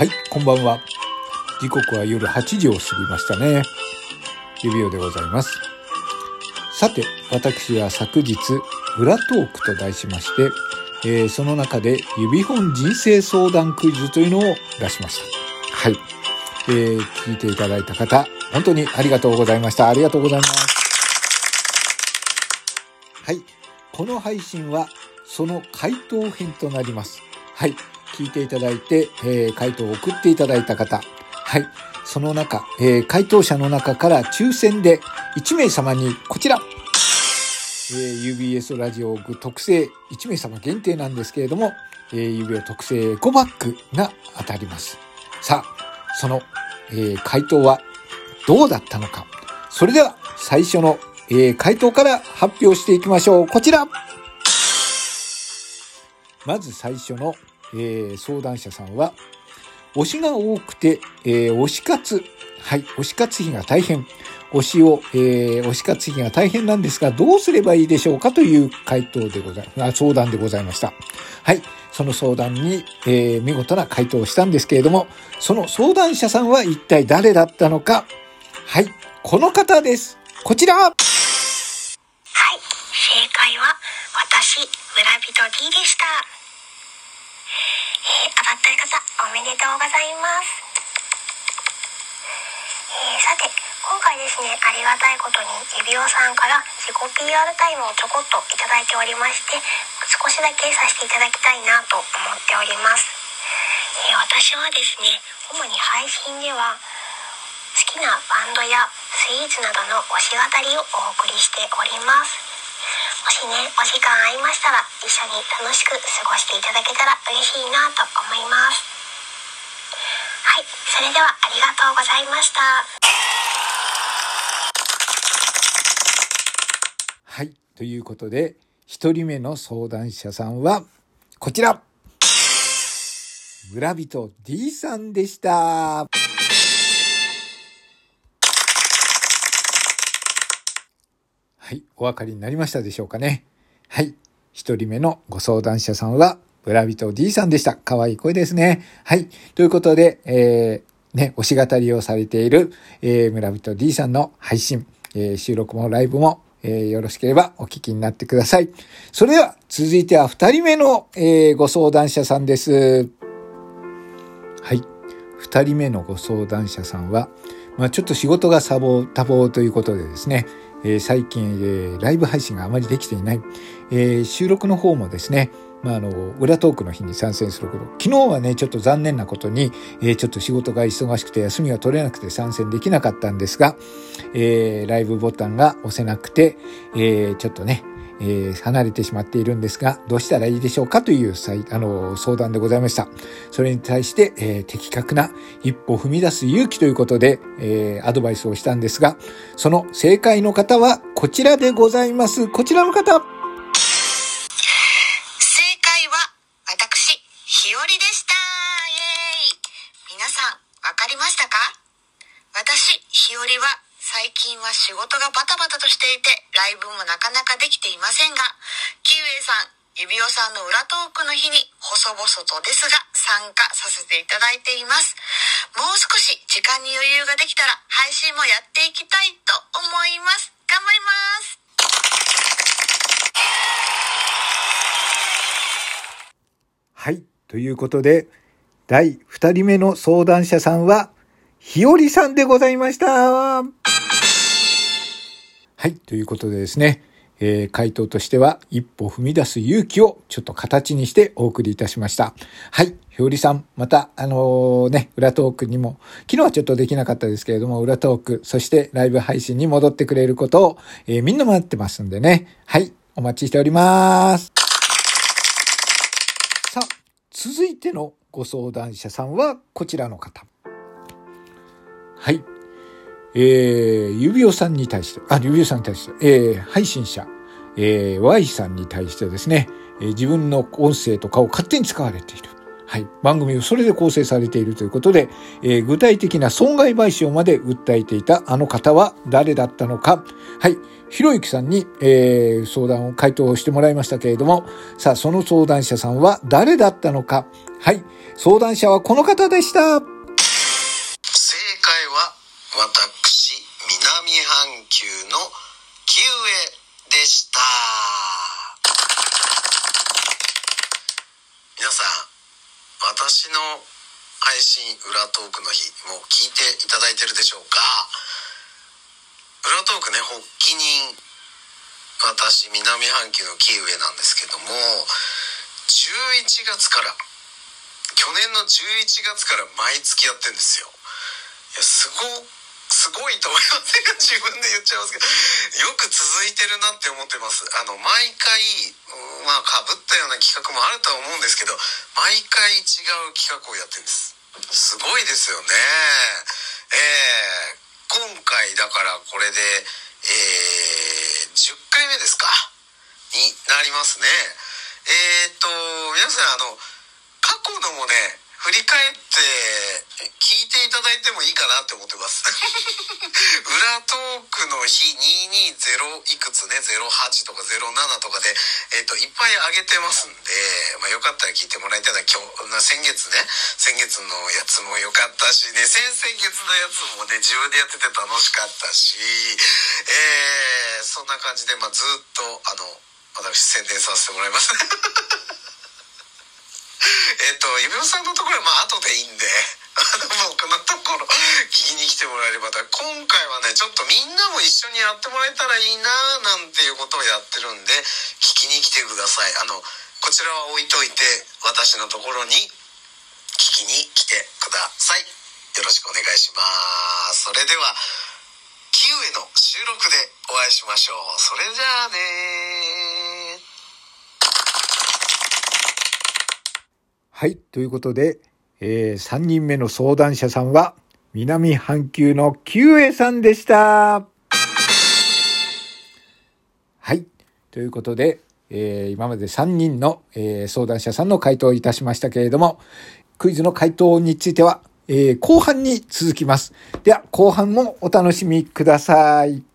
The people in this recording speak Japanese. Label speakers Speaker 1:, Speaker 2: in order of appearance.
Speaker 1: はい、こんばんは。時刻は夜8時を過ぎましたね。指輪でございます。さて、私は昨日裏トークと題しまして、その中で指本人生相談クイズというのを出しました。はい、聞いていただいた方、本当にありがとうございました。ありがとうございます。はい、この配信はその回答編となります。はい、聞いていただいて、回答を送っていただいた方、はい、その中、回答者の中から抽選で1名様にこちら、UBS ラジオ特製1名様限定なんですけれども、指輪特製エコバッグが当たります。さあ、その、回答はどうだったのか。それでは最初の、回答から発表していきましょう。こちら。まず最初の、相談者さんは、推しが多くて、推し活。はい、推し活費が大変。推し活費が大変なんですが、どうすればいいでしょうかという相談でございました。はい、その相談に、見事な回答をしたんですけれども、その相談者さんは一体誰だったのか。はい、この方です。こちら。はい、
Speaker 2: 正解は私、村人 D でした。当たった方、おめでとうございます。さて、今回ですね、ありがたいことに指輪さんから自己 PR タイムをちょこっといただいておりまして、少しだけさせていただきたいなと思っております。私はですね、主に配信では好きなバンドやスイーツなどの推し語りをお送りしております。もしね、お時間合いましたら一緒に楽しく過ごしていただけたら嬉しいなと思います。はい、それではありがとうございました。
Speaker 1: はい、ということで、一人目の相談者さんはこちら。村人 D さんでした。はい、お分かりになりましたでしょうかね。はい、一人目のご相談者さんは村人 D さんでした。かわいい声ですね。はい、ということで、推し語りをされている、村人 D さんの配信、収録もライブも、よろしければお聞きになってください。それでは続いては二人目の、ご相談者さんです。はい、二人目のご相談者さんは、ちょっと仕事が多忙ということでですね、最近、ライブ配信があまりできていない、収録の方もですね、裏トークの日に参戦すること。昨日はね、ちょっと残念なことに、ちょっと仕事が忙しくて休みが取れなくて参戦できなかったんですが、ライブボタンが押せなくて、ちょっとね、離れてしまっているんですが、どうしたらいいでしょうかという相談でございました。それに対して、的確な一歩踏み出す勇気ということで、アドバイスをしたんですが、その正解の方はこちらでございます。こちらの方。
Speaker 2: ひよりでした。イエーイ。皆さんわかりましたか？私、ひよりは最近は仕事がバタバタとしていてライブもなかなかできていませんが、キウエさん、指輪さんの裏トークの日に細々とですが参加させていただいています。もう少し時間に余裕ができたら配信もやっていきたいと思います。頑張ります。
Speaker 1: はい、ということで第2人目の相談者さんはひよりさんでございました。はい、ということでですね、回答としては一歩踏み出す勇気をちょっと形にしてお送りいたしました。はい、ひよりさん、また裏トークにも昨日はちょっとできなかったですけれども、裏トークそしてライブ配信に戻ってくれることを、みんな待ってますんでね。はい、お待ちしております。さあ、続いてのご相談者さんはこちらの方。はい、指輪さんに対して、配信者、Y さんに対してですね、自分の音声とかを勝手に使われている。 はい。番組をそれで構成されているということで、具体的な損害賠償まで訴えていたあの方は誰だったのか。はい。ひろゆきさんに、回答をしてもらいましたけれども、さあ、その相談者さんは誰だったのか。はい。相談者はこの方でした。
Speaker 3: 正解は、私、南半球のキウエでした。皆さん、私の配信裏トークの日も聞いていただいてるでしょうか。裏トークね、発起人、私南半球のキウエなんですけども、11月から去年の11月から毎月やってるんですよ。いや、すごいと思いませんか？自分で言っちゃいますけど、よく続いてるなって思ってます。毎回かぶったような企画もあるとは思うんですけど、毎回違う企画をやってるんです。すごいですよね。今回だからこれで、10回目ですかになりますね。皆さん過去のもね、振り返って聞いていただいてもいいかなって思ってます裏トークの日220いくつね、08とか07とかでいっぱい上げてますんで、よかったら聞いてもらいたいな。先月のやつもよかったしね、先月のやつもね、自分でやってて楽しかったし、そんな感じでずっと私宣伝させてもらいます指輪さんのところは後でいいんで僕のところ聞きに来てもらえれば。今回はね、ちょっとみんなも一緒にやってもらえたらいいななんていうことをやってるんで、聞きに来てください。こちらは置いといて、私のところに聞きに来てください。よろしくお願いします。それではキウエの収録でお会いしましょう。それじゃあね。
Speaker 1: はい。ということで、3人目の相談者さんは、南半球のキウエさんでした。はい。ということで、今まで3人の、相談者さんの回答をいたしましたけれども、クイズの回答については、後半に続きます。では、後半もお楽しみください。